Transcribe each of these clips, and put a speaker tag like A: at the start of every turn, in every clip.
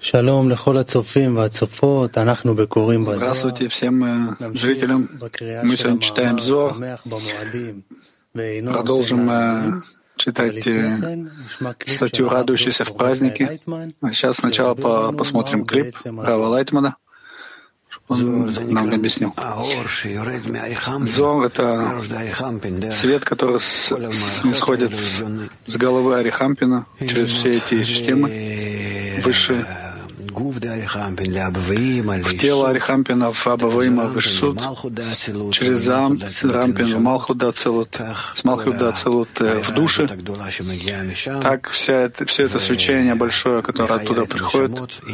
A: Здравствуйте всем зрителям. Мы сегодня читаем Зоар. Продолжим читать статью «Радующийся в празднике». А сейчас сначала посмотрим клип Рава Лайтмана, чтобы он нам объяснил. Зоар — это свет, который исходит с головы Арихампина через все эти системы высшие, в тело Арихампина, в Абаваима, в Ишсуд, через Рампин в Малхут да Ацилут, с Малхут да Ацилут в душе. Так все это свечение большое, которое оттуда приходит,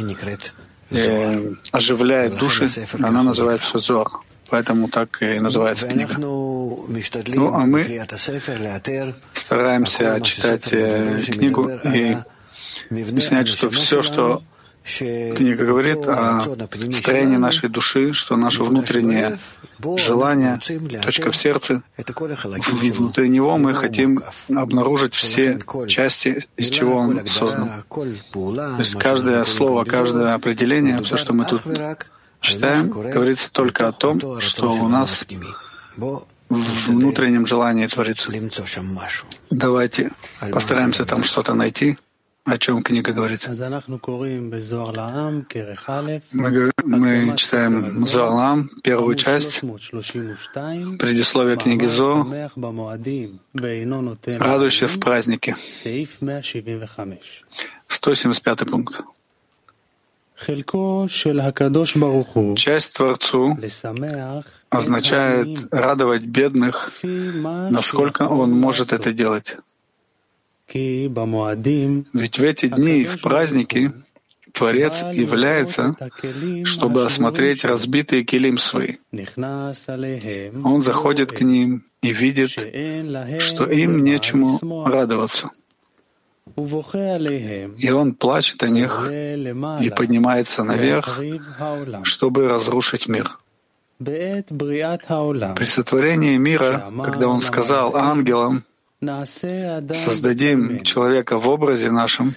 A: оживляет души, она называется Зоар. Поэтому так и называется книга. Ну, а мы стараемся читать книгу и объяснять, что все, что книга говорит о строении нашей души, что наше внутреннее желание, точка в сердце, внутри него мы хотим обнаружить все части, из чего он создан. То есть каждое слово, каждое определение, все, что мы тут читаем, говорится только о том, что у нас в внутреннем желании творится. Давайте постараемся там что-то найти. О чем книга говорит? Мы читаем Зоар Лаам, первую часть, предисловие книги Зоар, «Радующийся в празднике». 175 пункт. Часть Творцу означает радовать бедных, насколько он может это делать. Ведь в эти дни, в праздники, Творец является, чтобы осмотреть разбитые килим свои. Он заходит к ним и видит, что им нечему радоваться. И он плачет о них и поднимается наверх, чтобы разрушить мир. При сотворении мира, когда он сказал ангелам: «Создадим человека в образе нашем»,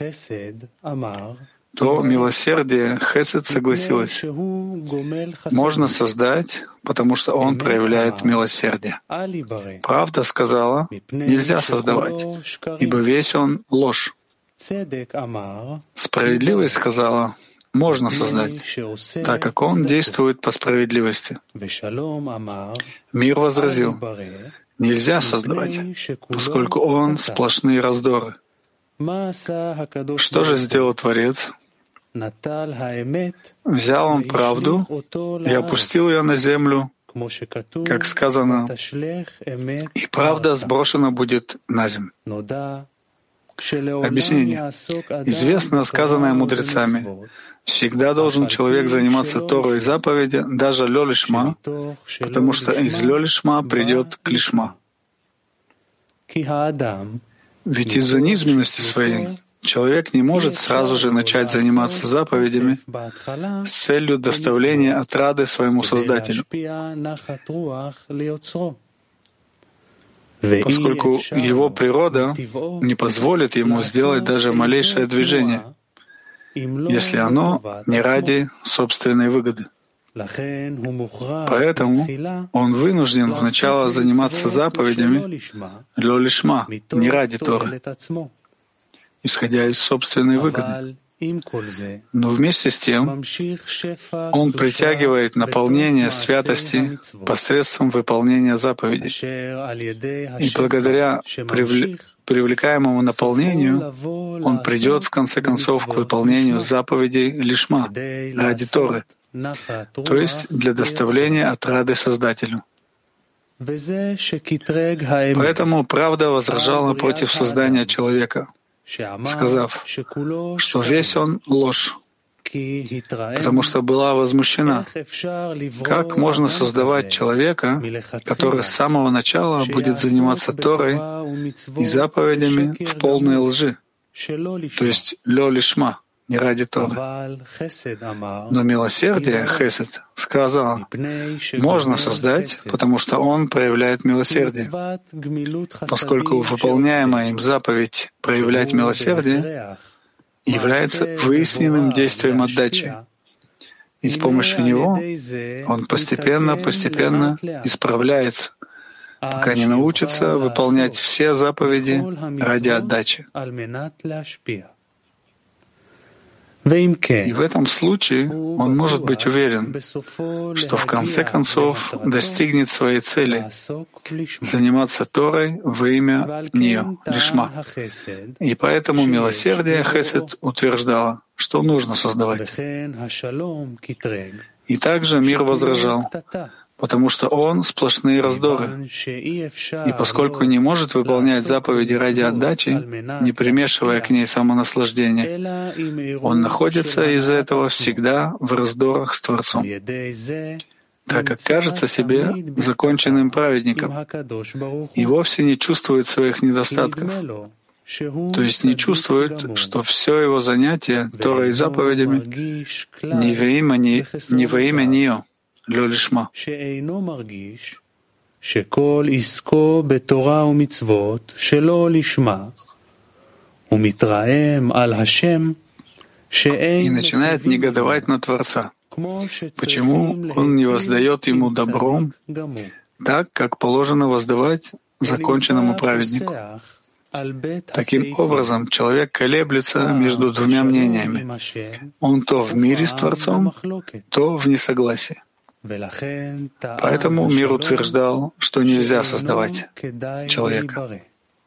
A: то милосердие Хесед согласилось. Можно создать, потому что он проявляет милосердие. Правда сказала: нельзя создавать, ибо весь он ложь. Справедливость сказала: можно создать, так как он действует по справедливости. Мир возразил: нельзя создавать, поскольку он сплошные раздоры. Что же сделал Творец? Взял он правду и опустил ее на землю, как сказано, и правда сброшена будет на землю. Объяснение. Известно сказанное мудрецами: всегда должен человек заниматься Торой и заповеди, даже лё лишма, потому что из лё лишма придет к лишма. Ведь из-за низменности своей человек не может сразу же начать заниматься заповедями с целью доставления отрады своему Создателю, поскольку его природа не позволит ему сделать даже малейшее движение, если оно не ради собственной выгоды. Поэтому он вынужден вначале заниматься заповедями лё лишма, не ради Торы, исходя из собственной выгоды. Но вместе с тем он притягивает наполнение святости посредством выполнения заповедей. И благодаря привлекаемому наполнению он придет в конце концов к выполнению заповедей лишма, ради Торы, то есть для доставления отрады Создателю. Поэтому правда возражала против создания человека, сказав, что весь он ложь, потому что была возмущена. Как можно создавать человека, который с самого начала будет заниматься Торой и заповедями в полной лжи, то есть лё лишма, не ради Торы. Но милосердие, Хесед, сказал: можно создать, потому что он проявляет милосердие. Поскольку выполняемая им заповедь проявлять милосердие является выясненным действием отдачи, и с помощью него он постепенно исправляется, пока не научится выполнять все заповеди ради отдачи. И в этом случае он может быть уверен, что в конце концов достигнет своей цели — заниматься Торой во имя нее, лишма. И поэтому милосердие Хесед утверждало, что нужно создавать. И также мир возражал, потому что он — сплошные раздоры. И поскольку не может выполнять заповеди ради отдачи, не примешивая к ней самонаслаждение, он находится из-за этого всегда в раздорах с Творцом, так как кажется себе законченным праведником и вовсе не чувствует своих недостатков, то есть не чувствует, что все его занятие Торой и заповедями не во имя нее, לא לשמה.
B: שאינו מרגיש שכל עסקו בתורה ומצוות שלא לשמה, ומתרעם על השם
A: и начинает негодовать на Творца. Почему он не воздает ему добром так, как положено воздавать законченному праведнику? Таким образом, человек колеблется между двумя мнениями. Он то в мире с Творцом, то в несогласии. Поэтому мир утверждал, что нельзя создавать человека.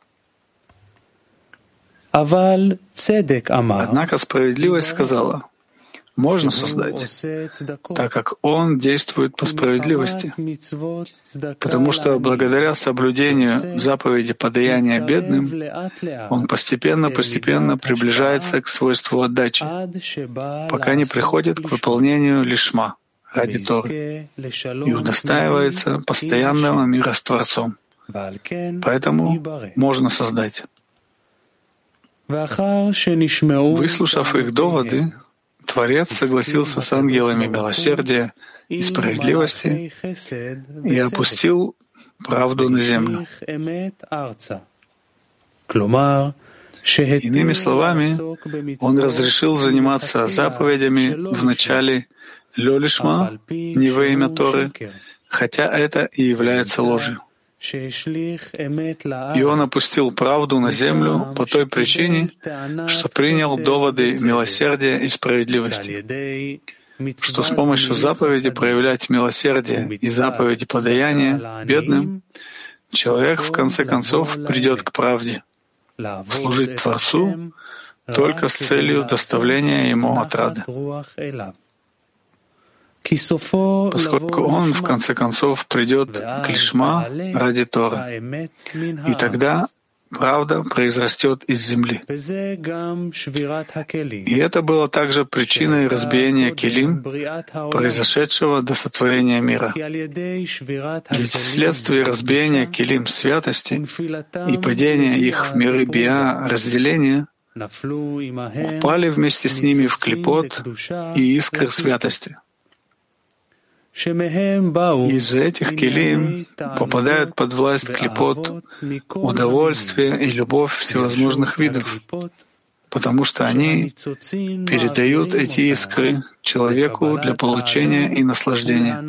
A: Однако справедливость сказала, можно создать, так как он действует по справедливости, потому что благодаря соблюдению заповеди подаяния бедным он постепенно приближается к свойству отдачи, пока не приходит к выполнению лишма ради Торы и удостаивается постоянного мира с Творцом. Поэтому можно создать. Выслушав их доводы, Творец согласился с ангелами милосердия и справедливости и опустил правду на землю. Иными словами, он разрешил заниматься заповедями в начале «Лё лишма», не во имя Торы, хотя это и является ложью. И он опустил правду на землю по той причине, что принял доводы милосердия и справедливости, что с помощью заповеди проявлять милосердие и заповеди подаяния бедным, человек в конце концов придет к правде, служить Творцу только с целью доставления ему отрады. Поскольку он, в конце концов, придет к лишма ради Торы, и тогда правда произрастет из земли. И это было также причиной разбиения келим, произошедшего до сотворения мира. Ведь вследствие разбиения келим святости и падения их в миры биа разделения упали вместе с ними в клипот и искры святости. Из-за этих келим попадают под власть клипот, удовольствие и любовь всевозможных видов, потому что они передают эти искры человеку для получения и наслаждения.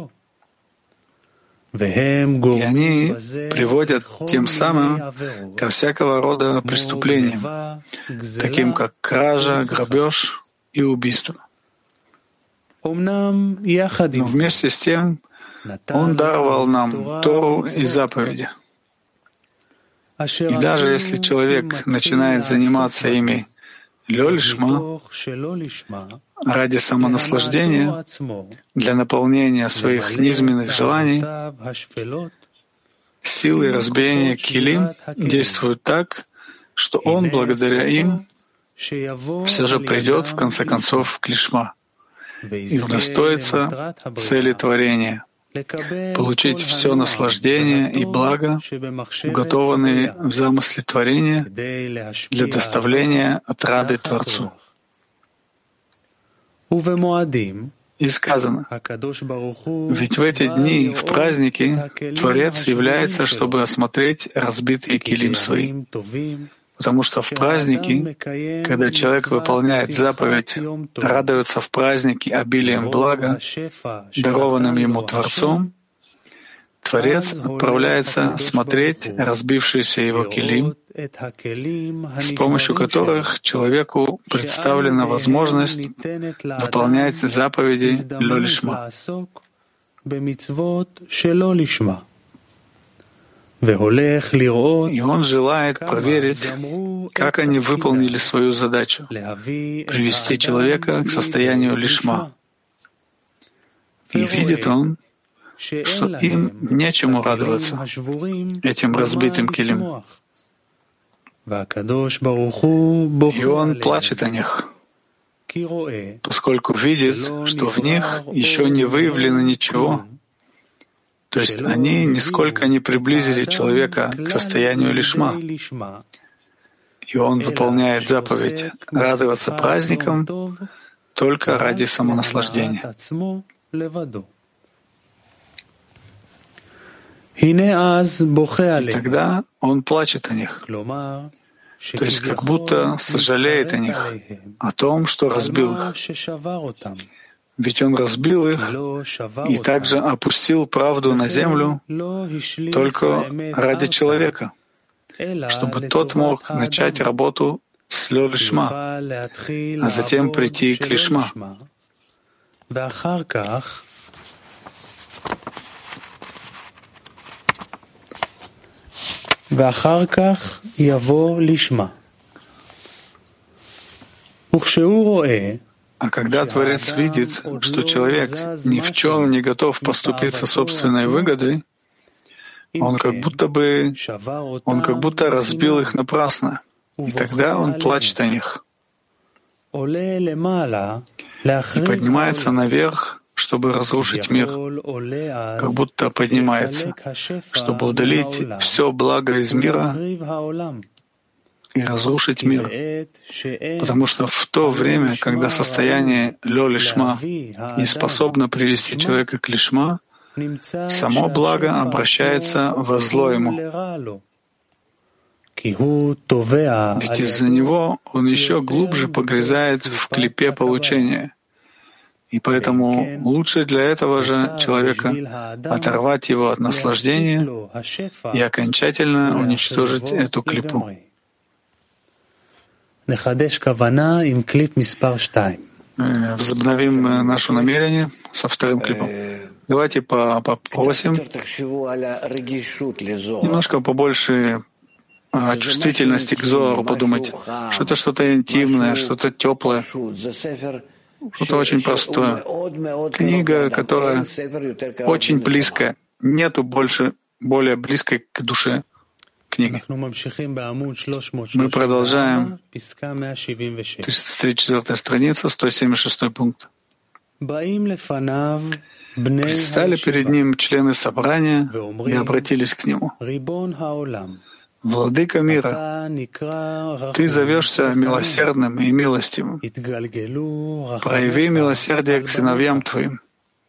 A: И они приводят тем самым ко всякого рода преступлениям, таким как кража, грабеж и убийство. Но вместе с тем Он даровал нам Тору и заповеди. И даже если человек начинает заниматься ими лё лишма, ради самонаслаждения, для наполнения своих низменных желаний, силы разбиения келим действуют так, что он, благодаря им, все же придет, в конце концов, к лишма и удостоится цели творения — получить все наслаждение и благо, уготованные в замысле творения для доставления отрады Творцу. И сказано, ведь в эти дни, в праздники, Творец является, чтобы осмотреть разбитые келим свои, Потому что в праздники, когда человек выполняет заповедь, радуется в празднике обилием блага, дарованным ему Творцом, Творец отправляется смотреть разбившиеся его келим, с помощью которых человеку представлена возможность выполнять заповеди ло лишма. И он желает проверить, как они выполнили свою задачу — привести человека к состоянию лишма. И видит он, что им нечему радоваться, этим разбитым келим. И он плачет о них, поскольку видит, что в них еще не выявлено ничего. То есть они нисколько не приблизили человека к состоянию лишма. И он выполняет заповедь радоваться праздникам только ради самонаслаждения. И тогда он плачет о них, то есть как будто сожалеет о них, о том, что разбил их. Ведь он разбил их и также опустил правду на землю только ради человека, чтобы тот мог начать работу с ло лишма, а затем прийти к лишма.
B: ואחר כך יבוא לשמה. וכשהוא רואה
A: А когда Творец видит, что человек ни в чем не готов поступиться собственной выгодой, он как будто разбил их напрасно, и тогда он плачет о них и поднимается наверх, чтобы разрушить мир, как будто поднимается, чтобы удалить все благо из мира и разрушить мир. Потому что в то время, когда состояние ло лишма не способно привести человека к лишма, само благо обращается во зло ему. Ведь из-за него он еще глубже погрязает в клепе получения. И поэтому лучше для этого же человека оторвать его от наслаждения и окончательно уничтожить эту клепу. Возобновим наше намерение со вторым клипом. Давайте попросим немножко побольше о чувствительности к Зоару подумать, что это что-то интимное, что-то теплое, что-то очень простое. Книга, которая очень близкая, нету более близкой к душе книги. Мы продолжаем. 334 страница, 176 пункт. Предстали перед ним члены собрания и обратились к нему. «Владыка мира, ты зовешься милосердным и милостивым. Прояви милосердие к сыновьям твоим».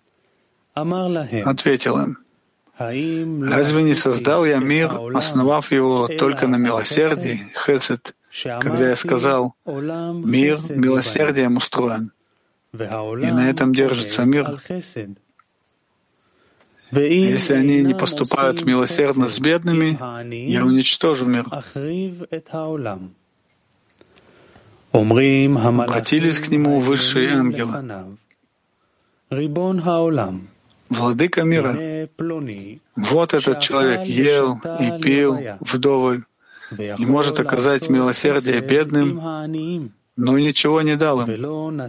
A: Ответил им: «Разве не создал я мир, основав его только на милосердии, хесед, когда я сказал: мир милосердием устроен, и на этом держится мир? Если они не поступают милосердно с бедными, я уничтожу мир». Обратились к нему высшие ангелы. «Владыка мира, вот этот человек ел и пил вдоволь и может оказать милосердие бедным, но ничего не дал им».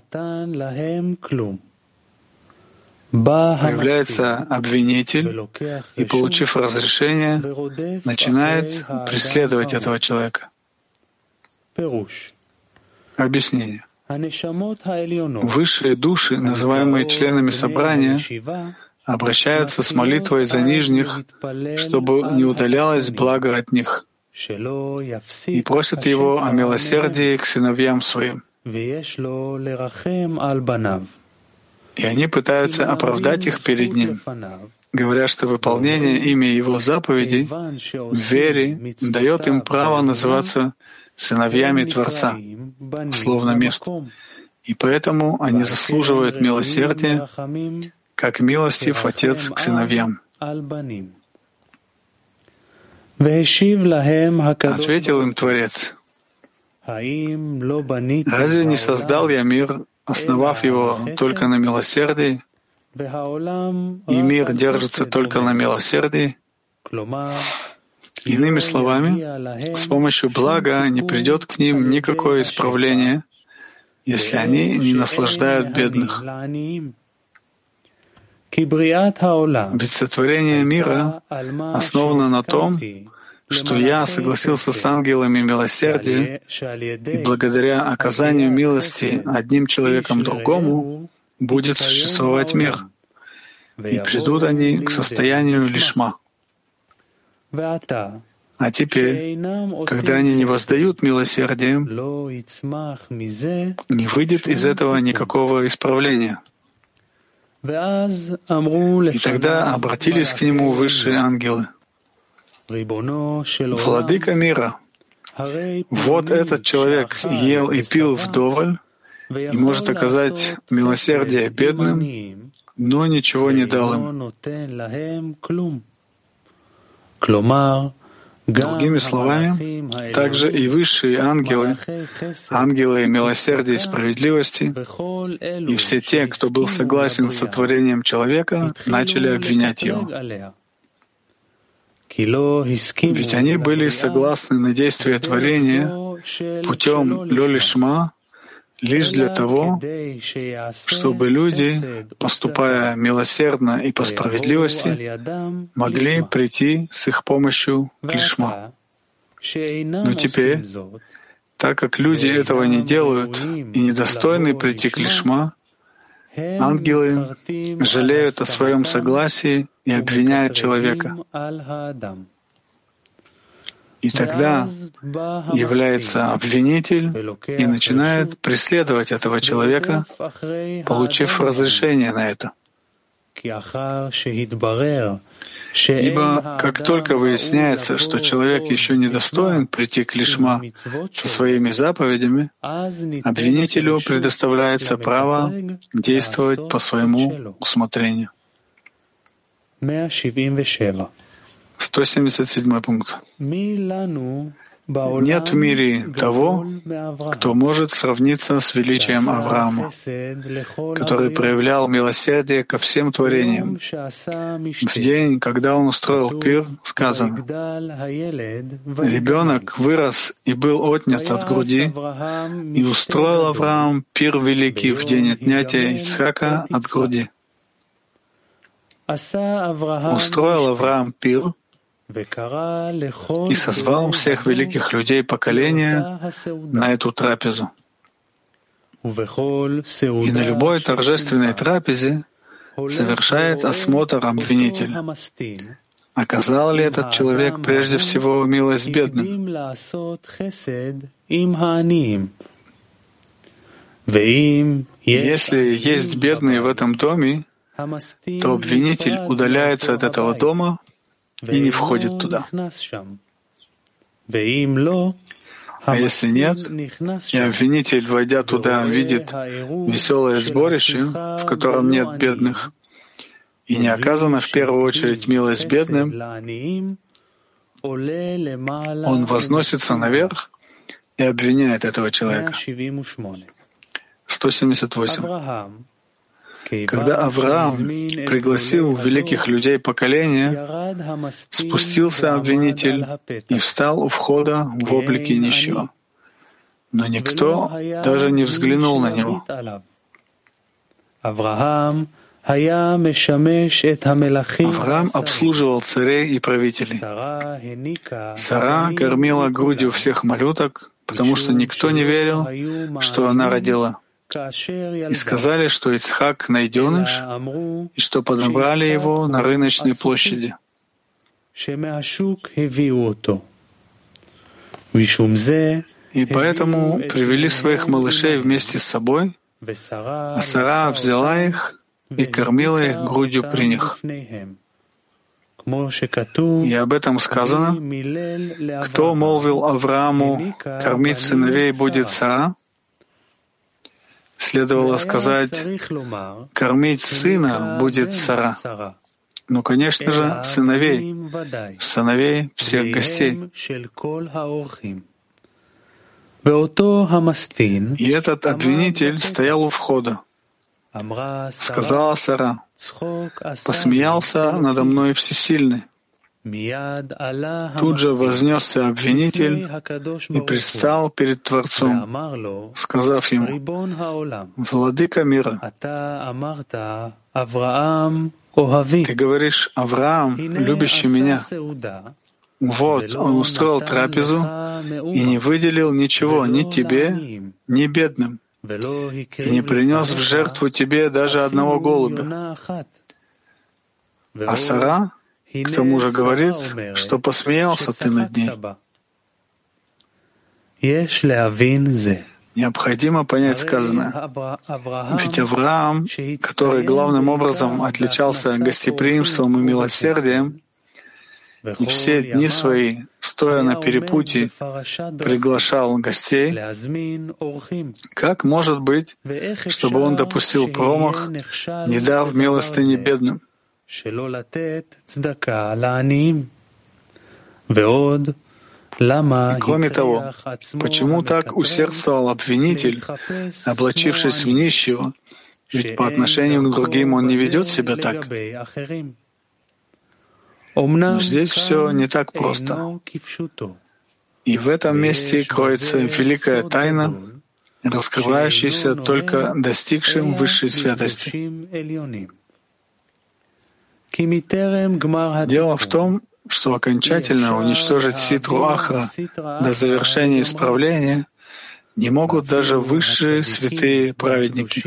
A: Появляется обвинитель и, получив разрешение, начинает преследовать этого человека. Объяснение. Высшие души, называемые членами собрания, обращаются с молитвой за нижних, чтобы не удалялось благо от них, и просят его о милосердии к сыновьям своим. И они пытаются оправдать их перед ним, говоря, что выполнение ими его заповедей в вере дает им право называться сыновьями Творца, словно место, и поэтому они заслуживают милосердия, как милостив Отец к сыновьям. Ответил им Творец: «Разве не создал я мир, основав его только на милосердии, и мир держится только на милосердии?» Иными словами, с помощью блага не придет к ним никакое исправление, если они не наслаждают бедных. Ведь сотворение мира основано на том, что я согласился с ангелами милосердия, и благодаря оказанию милости одним человеком другому будет существовать мир, и придут они к состоянию лишма. А теперь, когда они не воздают милосердием, не выйдет из этого никакого исправления. И тогда обратились к нему высшие ангелы: «Владыка мира, вот этот человек ел и пил вдоволь и может оказать милосердие бедным, но ничего не дал им». Другими словами, также и высшие ангелы, ангелы милосердия и справедливости, и все те, кто был согласен с сотворением человека, начали обвинять его. Ведь они были согласны на действие творения путем лё-лишма лишь для того, чтобы люди, поступая милосердно и по справедливости, могли прийти с их помощью к лишма. Но теперь, так как люди этого не делают и недостойны прийти к лишма, ангелы жалеют о своем согласии и обвиняют человека. И тогда является обвинитель и начинает преследовать этого человека, получив разрешение на это. Ибо как только выясняется, что человек еще не достоин прийти к лишма со своими заповедями, обвинителю предоставляется право действовать по своему усмотрению. 177 пункт. Нет в мире того, кто может сравниться с величием Авраама, который проявлял милосердие ко всем творениям. В день, когда он устроил пир, сказано: «Ребенок вырос и был отнят от груди, и устроил Авраам пир великий в день отнятия Ицхака от груди». Устроил Авраам пир и созвал всех великих людей поколения на эту трапезу. И на любой торжественной трапезе совершает осмотр обвинитель. Оказал ли этот человек прежде всего милость бедным? Если есть бедные в этом доме, то обвинитель удаляется от этого дома и не входит туда. А если нет, и обвинитель, войдя туда, видит веселое сборище, в котором нет бедных, и не оказана в первую очередь милость бедным, он возносится наверх и обвиняет этого человека. 178. Когда Авраам пригласил великих людей поколения, спустился обвинитель и встал у входа в облике нищего. Но никто даже не взглянул на него. Авраам обслуживал царей и правителей. Сара кормила грудью всех малюток, потому что никто не верил, что она родила. И сказали, что Ицхак найденыш, и что подобрали его на рыночной площади. И поэтому привели своих малышей вместе с собой, а Сара взяла их и кормила их грудью при них. И об этом сказано: кто молвил Аврааму, кормить сыновей будет Сара, следовало сказать, кормить сына будет Сара. Ну, конечно же, сыновей всех гостей. И этот обвинитель стоял у входа. Сказала Сара: посмеялся надо мной Всесильный. Тут же вознесся обвинитель и предстал перед Творцом, сказав ему: Владыка мира, ты говоришь, Авраам, любящий меня. Вот, он устроил трапезу и не выделил ничего ни тебе, ни бедным, и не принес в жертву тебе даже одного голубя. А Сара, к тому же, говорит, что посмеялся ты над ней. Необходимо понять сказанное. Ведь Авраам, который главным образом отличался гостеприимством и милосердием, и все дни свои, стоя на перепутье, приглашал гостей, как может быть, чтобы он допустил промах, не дав милостыни бедным? И кроме того, почему так усердствовал обвинитель, облачившись в нищего, ведь по отношению к другим он не ведет себя так? Но здесь все не так просто. И в этом месте кроется великая тайна, раскрывающаяся только достигшим высшей святости. Дело в том, что окончательно уничтожить ситру Ахра до завершения исправления не могут даже высшие святые праведники.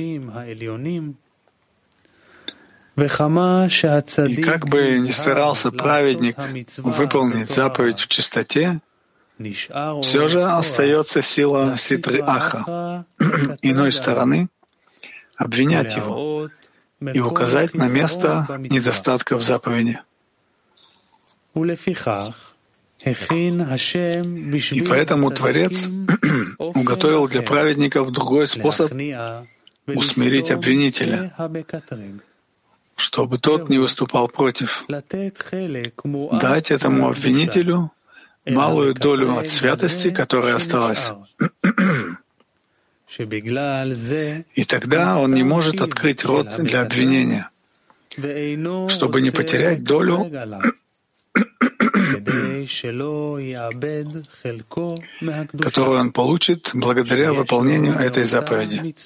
A: И как бы ни старался праведник выполнить заповедь в чистоте, все же остается сила ситры Ахра, иной стороны, обвинять его и указать на место недостатка в заповеди. И поэтому Творец уготовил для праведников другой способ усмирить обвинителя, чтобы тот не выступал против, дать этому обвинителю малую долю от святости, которая осталась. И тогда он не может открыть рот для обвинения, чтобы не потерять долю, которую он получит благодаря выполнению этой заповеди.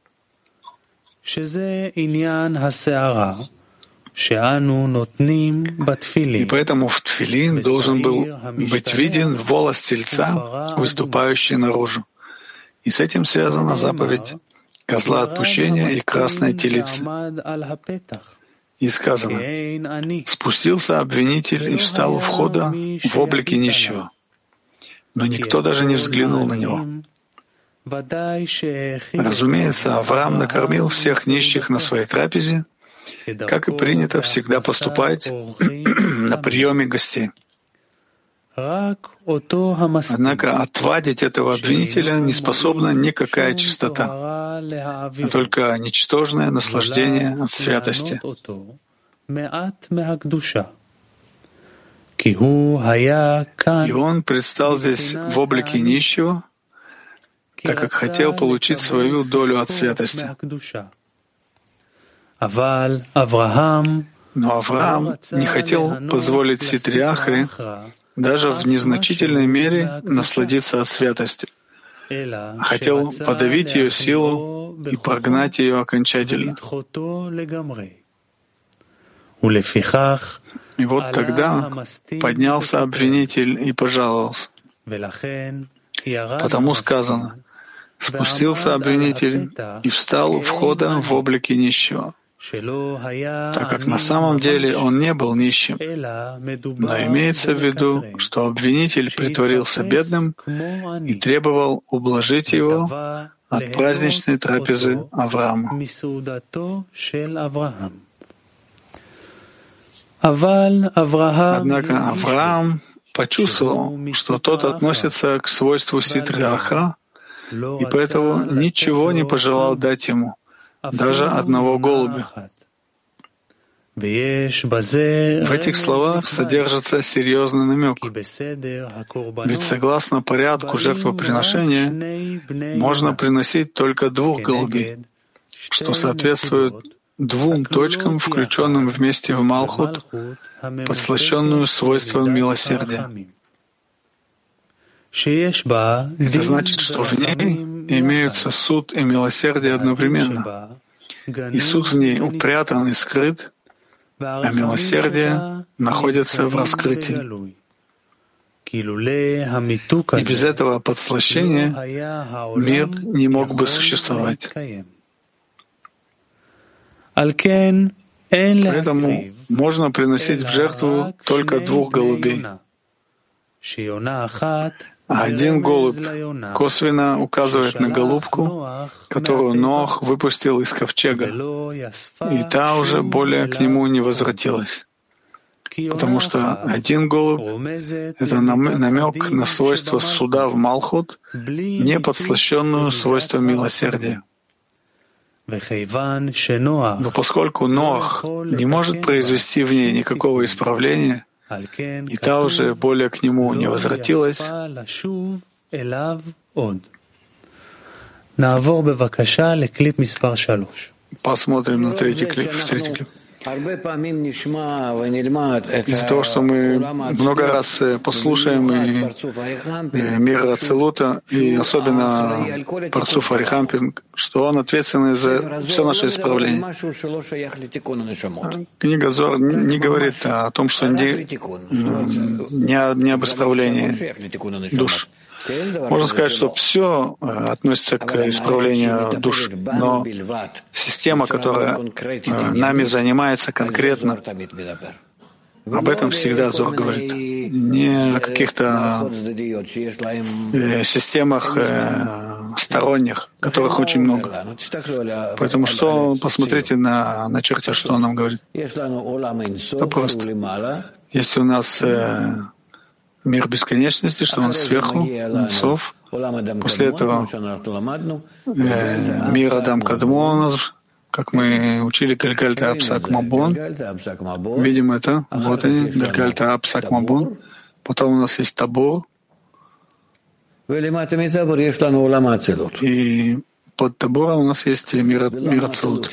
A: И поэтому в тфилин должен был быть виден волос тельца, выступающий наружу. И с этим связана заповедь козла отпущения и красной телицы. И сказано: спустился обвинитель и встал у входа в облике нищего. Но никто даже не взглянул на него. Разумеется, Авраам накормил всех нищих на своей трапезе, как и принято всегда поступать на приеме гостей. Однако отвадить этого обвинителя не способна никакая чистота, а только ничтожное наслаждение от святости. И он предстал здесь в облике нищего, так как хотел получить свою долю от святости. Но Авраам не хотел позволить ситре Ахре даже в незначительной мере насладиться от святости, а хотел подавить ее силу и прогнать ее окончательно. И вот тогда поднялся обвинитель и пожаловался. Потому сказано: спустился обвинитель и встал у входа в облике нищего, так как на самом деле он не был нищим, но имеется в виду, что обвинитель притворился бедным и требовал ублажить его от праздничной трапезы Авраама. Однако Авраам почувствовал, что тот относится к свойству Ситры Ахра, и поэтому ничего не пожелал дать ему, даже одного голубя. В этих словах содержится серьезный намек. Ведь согласно порядку жертвоприношения можно приносить только 2 голубей, что соответствует 2 точкам, включенным вместе в Малхут, подслащенную свойством милосердия. Это значит, что в ней имеются суд и милосердие одновременно. И суд в ней упрятан и скрыт, а милосердие находится в раскрытии. И без этого подслащения мир не мог бы существовать. Поэтому можно приносить в жертву только 2 голубей. А 1 голубь косвенно указывает на голубку, которую Ноах выпустил из ковчега, и та уже более к нему не возвратилась. Потому что 1 голубь — это намек на свойство суда в Малхут, не подслащенную свойством милосердия. Но поскольку Ноах не может произвести в ней никакого исправления, и та уже более к нему не возвратилась, посмотрим на третий клип. Из-за того, что мы много раз послушаем и мир Ацилута, и особенно Парцуф Арихампин, что он ответственный за все наше исправление. Книга Зоар не говорит о том, что не об исправлении душ. Можно сказать, что все относится к исправлению душ, но система, которая нами занимается конкретно, об этом всегда Зоар говорит. Не о каких-то системах сторонних, которых очень много. Поэтому посмотрите на чертеж, что он нам говорит. Это просто. Если у нас мир бесконечности, что он сверху, Энсов. После этого мир Адам Кадмон, как мы учили, Галькальта Апсак Мабон. Видим это. Вот они, Галькальта Апсак Мабон. Потом у нас есть Табор. И под Табором у нас есть мир Ацилут.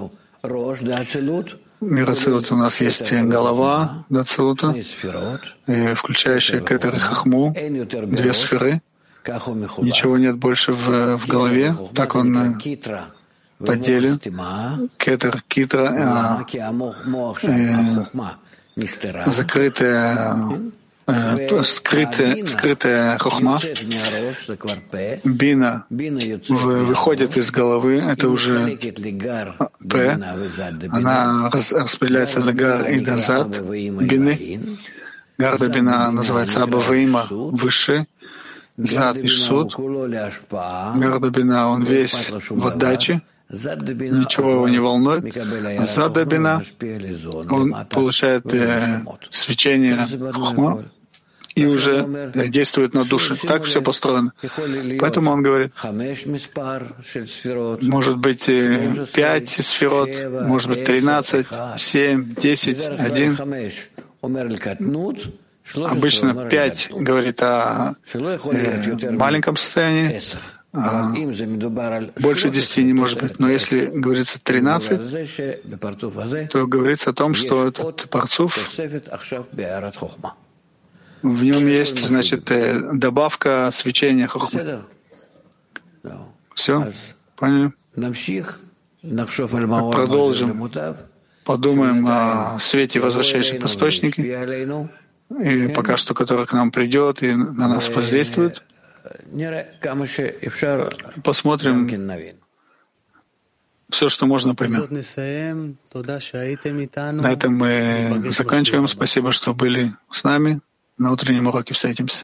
A: Мир Ацилут у нас есть голова до Ацилута, включающая Кетер и Хахму, 2 сферы. Ничего нет больше в голове. Так он поделен. Кетер, Китра, скрытая хохма. Бина выходит из головы, это уже П. Она распределяется до гар и до зад бины. Гарда бина называется Абаваима, выше. Зад и Шсуд. Гарда бина, он весь в отдаче. Ничего его не волнует. Зада бина, он получает свечение хохма и уже действует на душе. Так все построено. Поэтому он говорит, может быть 5 сферот, может быть 13, 7, 10, 1. Обычно 5 говорит о маленьком состоянии, больше 10 не может быть. Но если говорится 13, то говорится о том, что этот парцуф, в нем есть, значит, добавка свечения хохмы. Все? Поняли? Продолжим. Подумаем о свете, возвращающем в источники, и пока что, который к нам придет и на нас воздействует. Посмотрим все, что можно поймем. На этом мы заканчиваем. Спасибо, что были с нами. На утреннем уроке встретимся.